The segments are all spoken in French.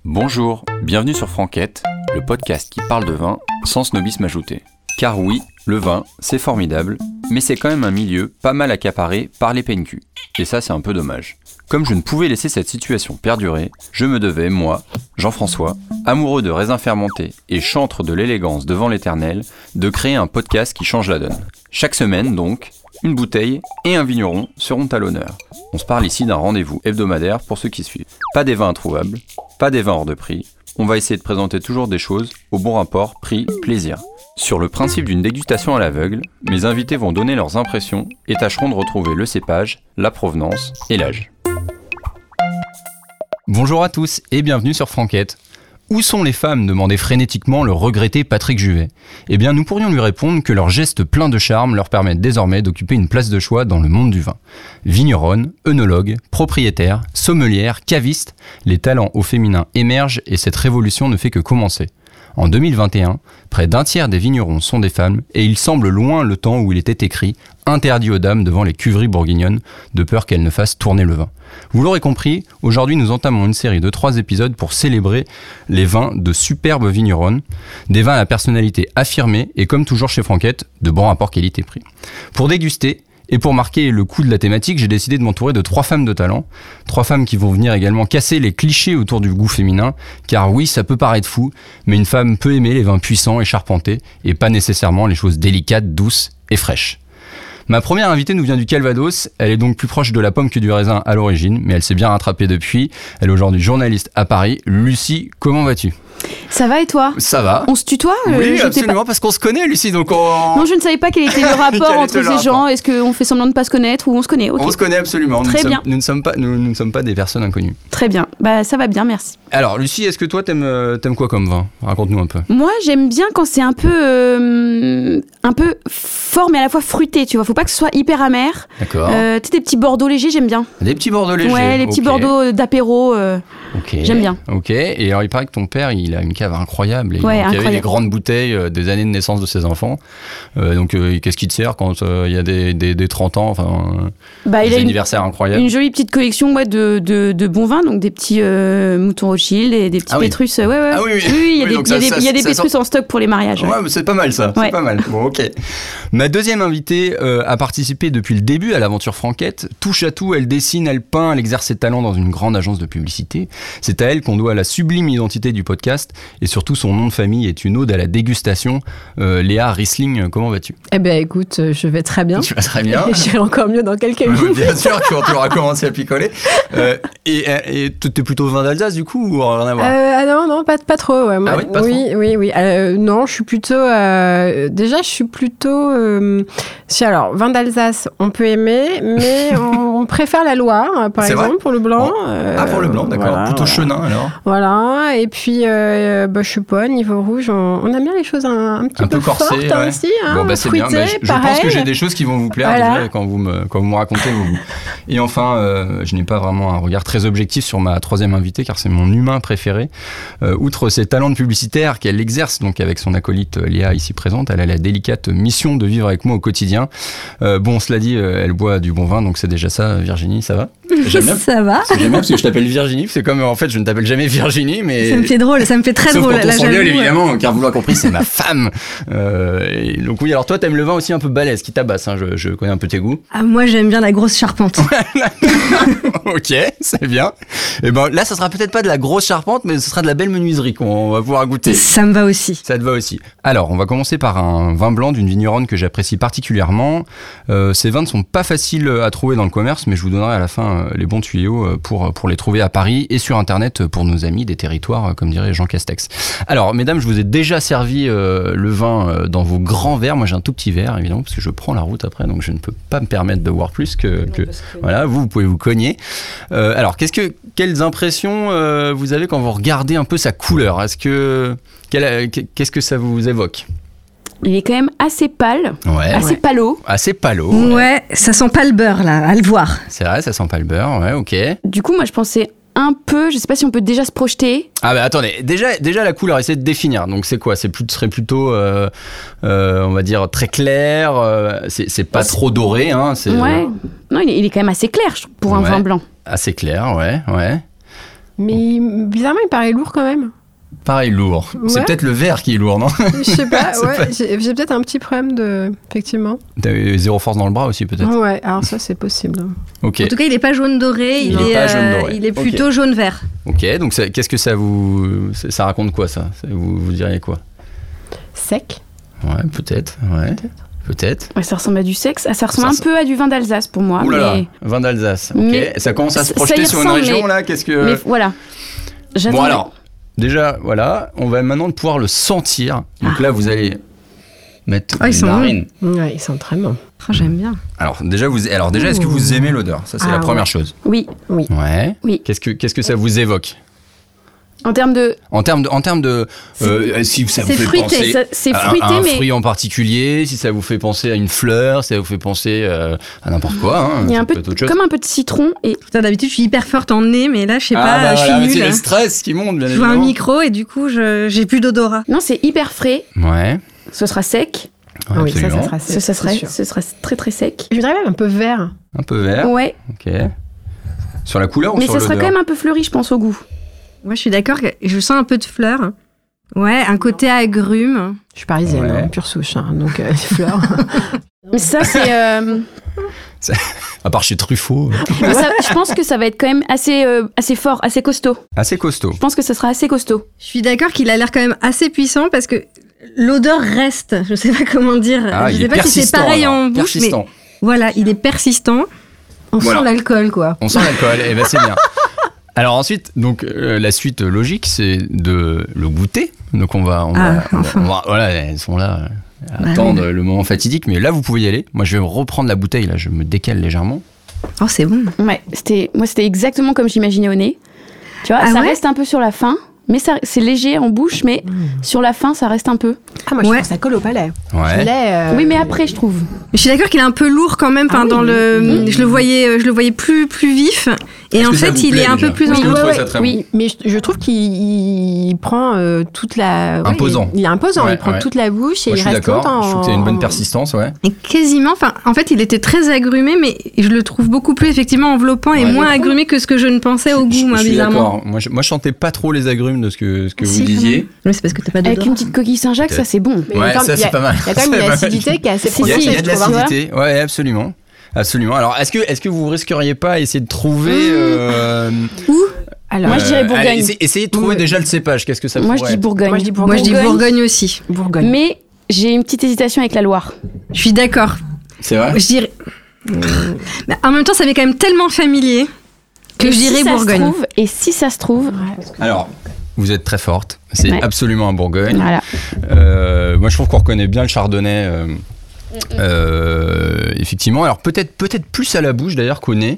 Bonjour, bienvenue sur Franquette, le podcast qui parle de vin sans snobisme ajouté. Car oui, le vin, c'est formidable, mais c'est quand même un milieu pas mal accaparé par les PNQ. Et ça, c'est un peu dommage. Comme je ne pouvais laisser cette situation perdurer, je me devais, moi, Jean-François, amoureux de raisins fermentés et chantre de l'élégance devant l'éternel, de créer un podcast qui change la donne. Chaque semaine, donc, une bouteille et un vigneron seront à l'honneur. On se parle ici d'un rendez-vous hebdomadaire pour ceux qui suivent. Pas des vins introuvables, pas des vins hors de prix. On va essayer de présenter toujours des choses au bon rapport prix-plaisir. Sur le principe d'une dégustation à l'aveugle, mes invités vont donner leurs impressions et tâcheront de retrouver le cépage, la provenance et l'âge. Bonjour à tous et bienvenue sur Franquette. Où sont les femmes ? Demandait frénétiquement le regretté Patrick Juvet. Eh bien, nous pourrions lui répondre que leurs gestes pleins de charme leur permettent désormais d'occuper une place de choix dans le monde du vin. Vigneronnes, œnologues, propriétaires, sommelières, cavistes, les talents au féminin émergent et cette révolution ne fait que commencer. En 2021, près d'un tiers des vignerons sont des femmes et il semble loin le temps où il était écrit « Interdit aux dames devant les cuveries bourguignonnes » de peur qu'elles ne fassent tourner le vin. Vous l'aurez compris, aujourd'hui nous entamons une série de 3 épisodes pour célébrer les vins de superbes vigneronnes, des vins à la personnalité affirmée et comme toujours chez Franquette, de bon rapport qualité-prix. Pour déguster, et pour marquer le coup de la thématique, j'ai décidé de m'entourer de 3 femmes de talent. 3 femmes qui vont venir également casser les clichés autour du goût féminin. Car oui, ça peut paraître fou, mais une femme peut aimer les vins puissants et charpentés, et pas nécessairement les choses délicates, douces et fraîches. Ma première invitée nous vient du Calvados, elle est donc plus proche de la pomme que du raisin à l'origine, mais elle s'est bien rattrapée depuis. Elle est aujourd'hui journaliste à Paris. Lucie, comment vas-tu ? Ça va et toi ? Ça va. On se tutoie ? Oui, absolument, parce qu'on se connaît, Lucie, donc on... Non, je ne savais pas quel était le rapport entre ces gens. Est-ce qu'on fait semblant de ne pas se connaître ou on se connaît ? Okay. On se connaît absolument. Très bien. Nous ne sommes pas des personnes inconnues. Très bien. Bah, ça va bien, merci. Alors, Lucie, est-ce que toi, t'aimes quoi comme vin ? Raconte-nous un peu. Moi, j'aime bien quand c'est un peu fort, mais à la fois fruité, tu vois. Faut pas que ce soit hyper amer. D'accord. Tu sais, des petits Bordeaux légers, j'aime bien. Des petits Bordeaux légers. Ouais, les petits Bordeaux d'apéro. J'aime bien. Ok. Et alors, il paraît que ton père, il a une cave incroyable. Ouais, il y avait des grandes bouteilles des années de naissance de ses enfants. Qu'est-ce qui te sert quand il y a des 30 ans, des anniversaires incroyables ? Une jolie petite collection de bons vins, donc des petits moutons Rothschild et des petits Pétrus. Ouais. Ah oui. Oui, il y a des Pétrus en stock pour les mariages. Ouais, mais c'est pas mal ça. Ouais. C'est pas mal. Bon, ok. Ma deuxième invitée a participé depuis le début à l'aventure Franquette. Touche à tout, elle dessine, elle peint, elle exerce ses talents dans une grande agence de publicité. C'est à elle qu'on doit la sublime identité du podcast et surtout son nom de famille est une ode à la dégustation. Léa Riesling, comment vas-tu ? Eh ben écoute, je vais très bien. Tu vas très bien. Je vais encore mieux dans quelques minutes. Bien sûr, tu auras commencé à picoler. Et t'es plutôt vin d'Alsace du coup ou rien à voir ? Non, pas trop. Ouais. Ah oui, pas trop. Oui. Non, je suis plutôt... déjà, je suis plutôt... alors, vin d'Alsace, on peut aimer, mais on préfère la Loire, par exemple, pour le blanc. Pour le blanc, d'accord. Voilà, plutôt chenin alors. Voilà, et puis, je sais pas, niveau rouge, on aime bien les choses un petit peu corsées, fortes ouais. aussi. Bon, c'est bien. Je pense que j'ai des choses qui vont vous plaire déjà, quand vous me racontez vos goûts. Et enfin, je n'ai pas vraiment un regard très objectif sur ma troisième invitée, car c'est mon humain préféré. Outre ses talents de publicitaire qu'elle exerce, donc avec son acolyte Léa ici présente, elle a la délicate mission de vivre avec moi au quotidien. Cela dit, elle boit du bon vin, donc c'est déjà ça. Virginie, ça va ? J'aime bien. Ça va. J'aime bien parce que je t'appelle Virginie. C'est comme en fait, je ne t'appelle jamais Virginie, mais ça me fait drôle. Ça me fait très sauf drôle. Quand on s'engueule, évidemment, car vous l'avez compris, c'est ma femme. Donc oui, alors toi, t'aimes le vin aussi un peu balèze, qui tabasse. Je connais un peu tes goûts. Ah, moi, j'aime bien la grosse charpente. Ok, c'est bien. Et ben là, ça sera peut-être pas de la grosse charpente, mais ce sera de la belle menuiserie qu'on va pouvoir goûter. Ça me va aussi. Ça te va aussi. Alors, on va commencer par un vin blanc d'une vigneronne que j'apprécie particulièrement. Ces vins ne sont pas faciles à trouver dans le commerce, mais je vous donnerai à la fin les bons tuyaux pour les trouver à Paris et sur Internet pour nos amis des territoires, comme dirait Jean Castex. Alors, mesdames, je vous ai déjà servi le vin dans vos grands verres. Moi, j'ai un tout petit verre, évidemment, parce que je prends la route après, donc je ne peux pas me permettre de boire plus que... Voilà, vous pouvez vous cogner. Alors, quelles impressions vous avez quand vous regardez un peu sa couleur ? Qu'est-ce que ça vous évoque ? Il est quand même assez pâle, assez palo. Assez palo. Ouais, ça sent pas le beurre là, à le voir. C'est vrai, ça sent pas le beurre, ouais, ok. Du coup, moi je pensais un peu, je sais pas si on peut déjà se projeter. Ah bah attendez, déjà la couleur, essayez de définir. Donc c'est quoi ? Serait plutôt, on va dire, très clair, c'est pas trop doré, hein. Ouais, non, il est quand même assez clair pour un vin blanc. Assez clair, ouais. Mais bizarrement, il paraît lourd quand même. Pareil, lourd. Ouais. C'est peut-être le verre qui est lourd, non? Je sais pas, C'est ouais, pas- j'ai peut-être un petit problème effectivement. T'as eu zéro force dans le bras aussi, peut-être. Ouais, alors ça, c'est possible. Ok. En tout cas, il est pas jaune doré, Il est pas jaune doré. il est Ok. plutôt jaune vert. Ok, donc qu'est-ce que ça raconte quoi, ça? Vous diriez quoi? Sec. Ouais, peut-être. Ouais. Peut-être. Ouais, ça ressemble à du sexe. Ça ressemble Ça un peu à du vin d'Alsace pour moi. Ouh là là, mais... vin d'Alsace. Ok. Mais- Ça commence à se ça projeter y sur une ressemble, région mais- là. Qu'est-ce que Mais voilà. Bon J'attends. alors, déjà voilà, on va maintenant pouvoir le sentir. Donc là, vous allez mettre Ah, ils les sont narines. Ouais, ils sont très bons. Oh, j'aime bien. Alors déjà, est-ce que vous aimez l'odeur? Ça, c'est Ah la première ouais. chose. Oui. Ouais. Oui. Qu'est-ce que ça vous évoque? En termes de. En termes de si ça vous c'est fait fruité, penser C'est à fruité, un mais. fruit en particulier, si ça vous fait penser à une fleur, si ça vous fait penser à n'importe quoi. Hein, Il y a ça un peu peut être autre chose. comme un peu de citron et Putain, d'habitude, je suis hyper forte en nez, mais là, je sais Ah, pas, bah je voilà, mais suis c'est nulle. le stress qui monte, bien Je vois un évidemment. micro et du coup, j'ai plus d'odorat. non, c'est hyper frais. Ouais. Ce sera sec. Ouais, oui, ça absolument. sera sec. Ce sera très très sec. Je voudrais même un peu vert. Un peu vert. Ouais. Ok. Sur la couleur ou Mais sur ça sera l'odeur? quand même un peu fleuri, je pense, au goût. Moi, je suis d'accord que je sens un peu de fleurs. Ouais, un côté agrume. Je suis parisienne, Ouais. hein, pure souche, hein, donc les fleurs. Mais ça, c'est. À part chez Truffaut. Je pense que ça va être quand même assez fort, assez costaud. Assez costaud. Je pense que ça sera assez costaud. Je suis d'accord qu'il a l'air quand même assez puissant parce que l'odeur reste. Je sais pas comment dire. Ah, je il sais est pas si c'est persistant. pareil alors. en bouche, Persistant. mais voilà, il est persistant. On Voilà. sent l'alcool, quoi. On sent l'alcool, et ben c'est bien. Alors ensuite, donc la suite logique, c'est de le goûter. Donc voilà, elles sont là à Bah attendre le moment fatidique. Mais là, vous pouvez y aller. Moi, je vais reprendre la bouteille. Là, je me décale légèrement. Oh, c'est bon. Ouais, c'était exactement comme j'imaginais au nez. Tu vois, Ah ça ouais reste un peu sur la fin, mais c'est léger en bouche, mais sur la fin, ça reste un peu. Ah, moi, je Ouais. trouve que ça colle au palais. Ouais. Le lait, Oui, mais après, je trouve. Je suis d'accord qu'il est un peu lourd quand même. Ah oui, dans le, oui. je le voyais plus vif. Et Est-ce en que ça fait, vous il plaît, est un peu déjà? plus Est-ce que vous en trouvez ça très bon? oui. Mais je trouve qu'il prend toute la... ouais, Imposant. Il est imposant, Ouais, il prend ouais. toute la bouche et Moi, je il suis reste d'accord. longtemps. Je trouve qu'il y a une bonne persistance, ouais. Et quasiment, en fait, il était très agrumé, mais je le trouve beaucoup plus effectivement enveloppant et Ouais. moins agrumé que ce que je ne pensais au goût, moi, Je suis bizarrement. d'accord. Moi, je sentais pas trop les agrumes de ce que Si, vous quand disiez. Mais c'est parce que t'as pas Avec d'odorat. une petite coquille Saint-Jacques, Ok. ça, c'est bon. Mais Ouais, il y a- ça, c'est pas mal. Il y a quand même C'est une pas mal. acidité qui est assez Si, Il y a, si, il y a de je trouve, l'acidité, ouais, absolument. Absolument. Alors, est-ce que vous risqueriez pas à essayer de trouver. Alors, Moi, je dirais Bourgogne. allez, essayez de trouver Ouais. déjà le cépage. Qu'est-ce que ça Moi, je pourrait dis être Bourgogne. Moi, je dis Moi, je dis Bourgogne aussi. Bourgogne. Mais j'ai une petite hésitation avec la Loire. Je suis d'accord. C'est vrai? Je dirais. Mais en même temps, ça m'est quand même tellement familier que Et je dirais si ça se Bourgogne. trouve, et si ça se trouve, Alors, vous êtes très forte. C'est Ouais. absolument un Bourgogne. voilà. Moi, je trouve qu'on reconnaît bien le chardonnay. Effectivement. Alors, peut-être plus à la bouche d'ailleurs qu'au nez.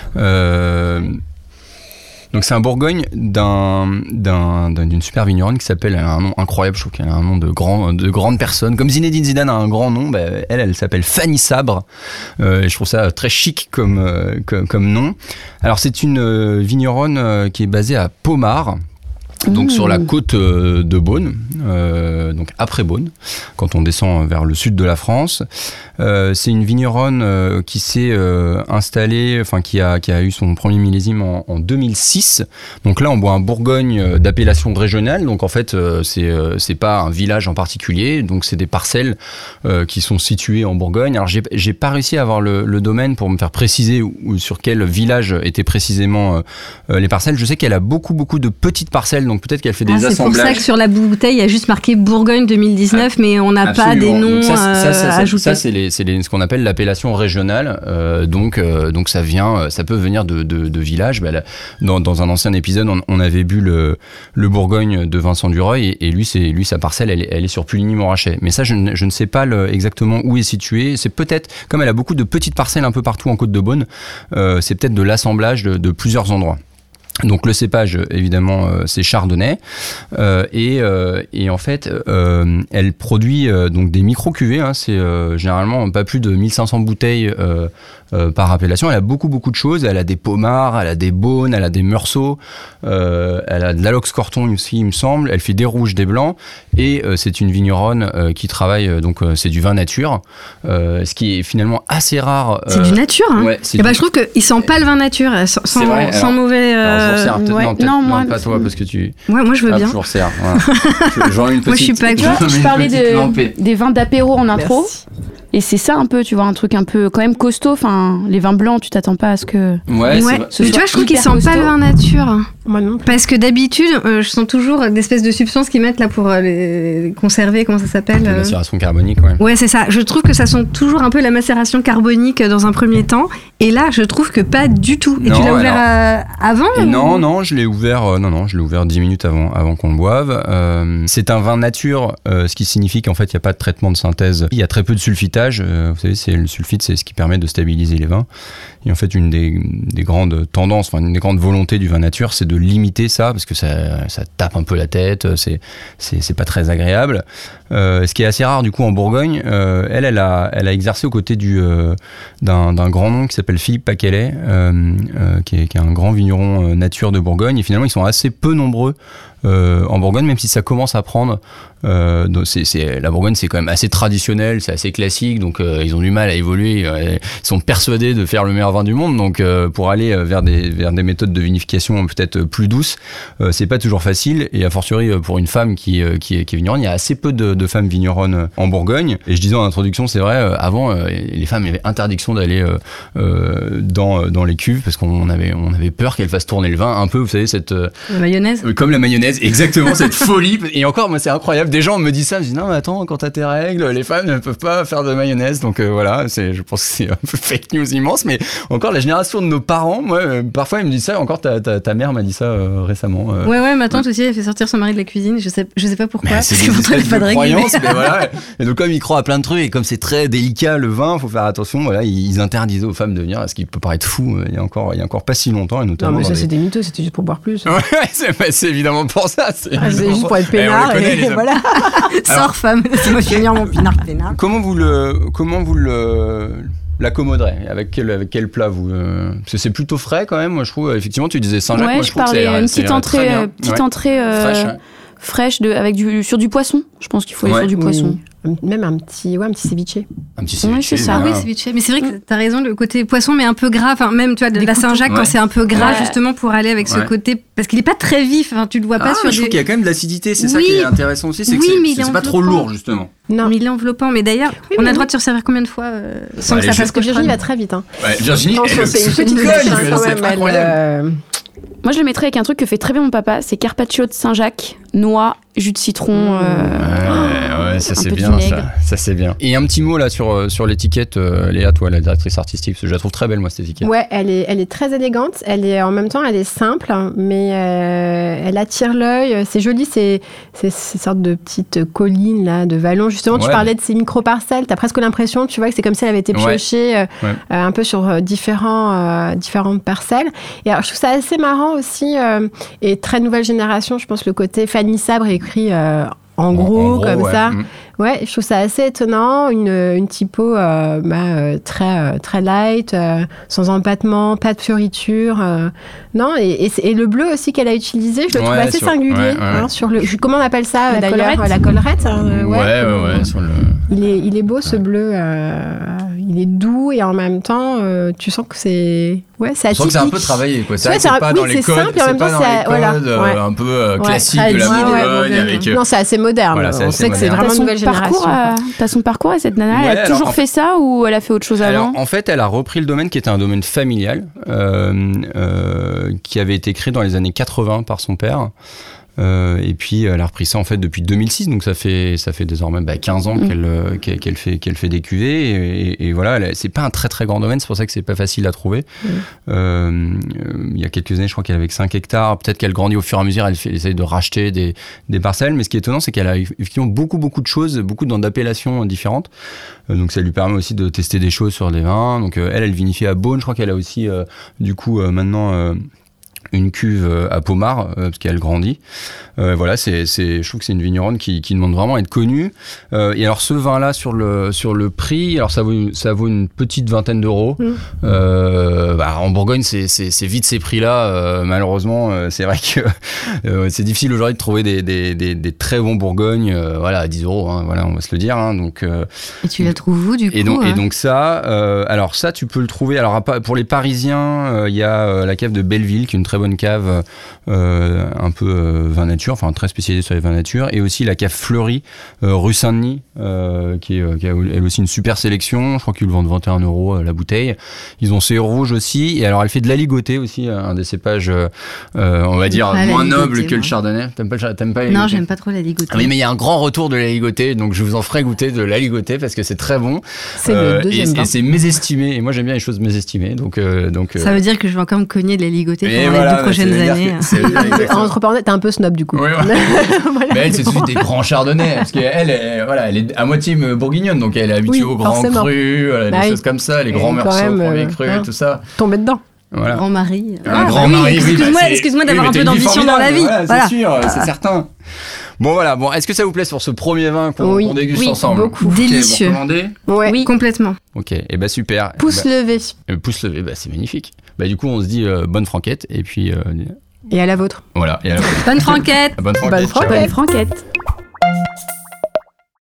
Donc, c'est un Bourgogne d'une super vigneronne qui s'appelle, elle a un nom incroyable, je trouve qu'elle a un nom de grande personne. Comme Zinedine Zidane a un grand nom, bah, elle s'appelle Fanny Sabre. Et je trouve ça très chic comme nom. Alors, c'est une vigneronne qui est basée à Pommard. Donc sur la côte de Beaune, donc après Beaune, quand on descend vers le sud de la France. C'est une vigneronne qui s'est installée, enfin qui a eu son premier millésime en 2006. Donc là, on boit un Bourgogne d'appellation régionale. Donc en fait, c'est pas un village en particulier. Donc c'est des parcelles qui sont situées en Bourgogne. Alors j'ai pas réussi à avoir le domaine pour me faire préciser sur quel village étaient précisément les parcelles. Je sais qu'elle a beaucoup de petites parcelles. Donc peut-être qu'elle fait des C'est pour assemblages. ça que sur la bouteille, il y a juste marqué Bourgogne 2019, mais on n'a pas des Absolument. noms Donc ça, ajoutés. Ça, c'est ce qu'on appelle l'appellation régionale. Donc ça peut venir de villages. Bah, dans un ancien épisode, on avait bu le Bourgogne de Vincent Dureuil, et lui, sa parcelle, elle est sur Puligny-Morachet. Mais ça, je ne sais pas exactement où est situé. C'est peut-être, comme elle a beaucoup de petites parcelles un peu partout en Côte de Beaune, c'est peut-être de l'assemblage de plusieurs endroits. Donc le cépage, évidemment, c'est chardonnay, et en fait, elle produit donc des micro-cuvées, hein, c'est généralement pas plus de 1500 bouteilles par appellation. Elle a beaucoup de choses. Elle a des pomards, elle a des beaunes, elle a des meursault, elle a de l'alox corton aussi, il me semble. Elle fait des rouges, des blancs, et c'est une vigneronne qui travaille, donc c'est du vin nature, ce qui est finalement assez rare. C'est du nature, hein. Ouais, Et je trouve qu'il sent pas le vin nature, sans mauvais. Alors, je vous resserre, peut-être, ouais. non, Non, moi, pas toi, parce que tu. Ouais, moi je veux bien. Je vous resserre. Voilà. J'en ai une petite. Moi, je suis pas. Tu vois, je parlais des vins d'apéro en intro. Merci. Et c'est ça un peu, tu vois, un truc un peu quand même costaud. Enfin, les vins blancs, tu t'attends pas à ce que. Ouais, c'est vrai. Mais tu vois, je trouve qu'il sent pas le vin nature. Moi non plus. Parce que d'habitude, je sens toujours des espèces de substances qu'ils mettent là pour les conserver, comment ça s'appelle La macération carbonique, ouais. Ouais, c'est ça. Je trouve que ça sent toujours un peu la macération carbonique dans un premier temps. Et là, je trouve que pas du tout. Et Non, tu l'as ouvert avant Et non, je l'ai ouvert. Je l'ai ouvert 10 minutes avant qu'on le boive. C'est un vin nature, ce qui signifie qu'en fait, il n'y a pas de traitement de synthèse. Il y a très peu de sulfitage. Vous savez, le sulfite, c'est ce qui permet de stabiliser les vins. Et en fait, une des grandes tendances, une des grandes volontés du vin nature, c'est de limiter ça, parce que ça tape un peu la tête, c'est pas très agréable. Ce qui est assez rare, du coup, en Bourgogne, elle a exercé aux côtés d'un grand nom qui s'appelle Philippe Paquelet, qui est un grand vigneron nature de Bourgogne. Et finalement, ils sont assez peu nombreux en Bourgogne, même si ça commence à prendre. La Bourgogne, c'est quand même assez traditionnel, c'est assez classique, donc ils ont du mal à évoluer. Ils sont persuadés de faire le meilleur vin du monde, donc pour aller vers des méthodes de vinification peut-être plus douces, c'est pas toujours facile. Et a fortiori pour une femme qui est vigneronne, il y a assez peu de femmes vigneronnes en Bourgogne. Et je disais en introduction, c'est vrai, avant les femmes avaient interdiction d'aller dans les cuves parce qu'on avait peur qu'elles fassent tourner le vin un peu, vous savez, cette La mayonnaise. comme la mayonnaise, exactement, cette folie. Et encore, moi, c'est incroyable. Des gens me disent ça, je dis non, mais attends, quand t'as tes règles, les femmes ne peuvent pas faire de mayonnaise. Donc voilà, je pense que c'est un peu fake news immense. Mais encore, la génération de nos parents, moi, parfois, ils me disent ça. Encore, ta mère m'a dit ça récemment. Ouais, ma tante aussi, elle fait sortir son mari de la cuisine. Je sais pas pourquoi. Mais c'est parce des qu'il pas de règles. croyances, mais voilà. Et donc, comme ils croient à plein de trucs, et comme c'est très délicat, le vin, faut faire attention. Voilà, ils interdisaient aux femmes de venir, ce qui peut paraître fou il y a encore pas si longtemps. Et notamment Non, mais ça, c'est des mythos, c'était juste pour boire plus. Ouais, c'est évidemment pour ça. C'est juste pour être peinard. Et voilà. Sors, femme. Moi, je vais venir mon pinard peinard. Comment vous l'accommoderez avec quel plat vous parce que c'est plutôt frais quand même, moi je trouve. Effectivement, tu disais Saint-Jacques. Ouais, moi, je parlais une petite entrée fraîche sur du poisson. Je pense qu'il faut aller sur du poisson. Même un petit ceviche. Un petit ceviche. Ouais, c'est ça. Oui, ceviche. Mais c'est vrai que t'as raison, le côté poisson, mais un peu gras. Enfin, même, tu vois, de la Saint-Jacques, quand c'est un peu gras, justement, pour aller avec ce côté. Parce qu'il est pas très vif. Enfin, tu le vois pas sur je trouve qu'il y a quand même de l'acidité. C'est ça qui est intéressant aussi. C'est que c'est pas trop lourd, justement. Non, mais il est enveloppant. Mais d'ailleurs, on a le droit de se servir combien de fois sans que ça fasse que Virginie va très vite. Ouais, Virginie, c'est une petite cogne. Moi, je le mettrais avec un truc que fait très bien mon papa, c'est carpaccio de Saint-Jacques, noix, jus de citron. Ouais, ça c'est bien, ça c'est bien. Et un petit mot là sur l'étiquette, Léa, toi, la directrice artistique, parce que je la trouve très belle, moi, cette étiquette. Ouais, elle est très élégante. En même temps, elle est simple, mais elle attire l'œil. C'est joli, c'est ces sortes de petites collines là, de vallons. Justement, tu parlais de ces micro-parcelles. T'as presque l'impression, tu vois, que c'est comme si elle avait été piochée un peu sur différentes parcelles. Et alors, je trouve ça assez marrant aussi, et très nouvelle génération. Je pense le côté Fanny Sabre écrit en gros comme ça. Ouais, je trouve ça assez étonnant. Une typo très light, sans empattement, pas de fioriture. Non, et le bleu aussi qu'elle a utilisé, je le trouve assez singulier. Sur comment on appelle ça d'ailleurs, la collerette. Sur le... Il est beau ce bleu. Il est doux et en même temps, tu sens que c'est atypique. Je sens que c'est un peu travaillé, quoi. C'est pas dans les codes, c'est pas dans les codes un peu classiques de la Bourgogne. Non, c'est assez moderne. On sait que c'est vraiment une nouvelle génération. T'as son parcours à cette nana, elle a toujours fait ça ou elle a fait autre chose avant ? En fait, elle a repris le domaine qui était un domaine familial, qui avait été créé dans les années 80 par son père. Et puis elle a repris ça en fait depuis 2006, donc ça fait désormais 15 ans qu'elle fait des cuvées et voilà, c'est pas un très très grand domaine, c'est pour ça que c'est pas facile à trouver. Il y a quelques années, je crois qu'elle avait 5 hectares, peut-être qu'elle grandit au fur et à mesure, elle essaye de racheter des parcelles, mais ce qui est étonnant, c'est qu'elle a effectivement beaucoup de choses, beaucoup d'appellations différentes, donc ça lui permet aussi de tester des choses sur des vins. Donc elle vinifie à Beaune, je crois qu'elle a aussi du coup maintenant une cuve à Pommard, parce qu'elle grandit. Voilà, je trouve que c'est une vigneronne qui demande vraiment à être connue. Et alors ce vin-là, sur le prix, alors ça vaut une petite vingtaine d'euros. En Bourgogne, c'est vite ces prix-là. Malheureusement, c'est vrai que c'est difficile aujourd'hui de trouver des très bons Bourgognes, à 10 euros. Hein, voilà, on va se le dire. Hein, donc. Et tu la trouves où du coup? Et donc ça, alors ça, tu peux le trouver. Alors pour les Parisiens, il y a la cave de Belleville, qui est une très bonne cave, un peu vin nature, enfin très spécialisée sur les vins nature, et aussi la cave Fleury, rue Saint-Denis, qui a elle aussi une super sélection. Je crois qu'ils le vendent 21 € la bouteille. Ils ont ces rouges aussi, et alors elle fait de l'aligoté aussi, un des cépages, on va dire moins noble que le chardonnay. T'aimes pas Non, j'aime pas trop l'aligoté. Ah oui, mais il y a un grand retour de l'aligoté, donc je vous en ferai goûter de l'aligoté parce que c'est très bon. C'est le deuxième vin. Et c'est mésestimé, et moi j'aime bien les choses mésestimées. Donc ça veut dire que je vais encore me cogner de l'aligoté pendant les 2 prochaines années. Entre parenthèses, t'es un peu snob du coup. Oui, voilà. Mais elle, c'est tout de suite des grands chardonnays, parce qu'elle elle est à moitié bourguignonne, donc elle est habituée aux grands crus, des choses comme ça, les grands meursault, premiers crus, tout ça. Tomber dedans. Voilà. Grand mari. Grand mari, excuse-moi d'avoir un peu d'ambition dans la vie. Voilà. C'est sûr, c'est certain. Bon, est-ce que ça vous plaît sur ce premier vin qu'on déguste ensemble? Beaucoup. Délicieux. Oui, complètement. Ok, et super. Pouce levé. Pouce levé, c'est magnifique. Du coup, on se dit bonne franquette, et puis... Et à la vôtre. Voilà, et à la vôtre. Bonne franquette. Bonne franquette. Bonne franquette.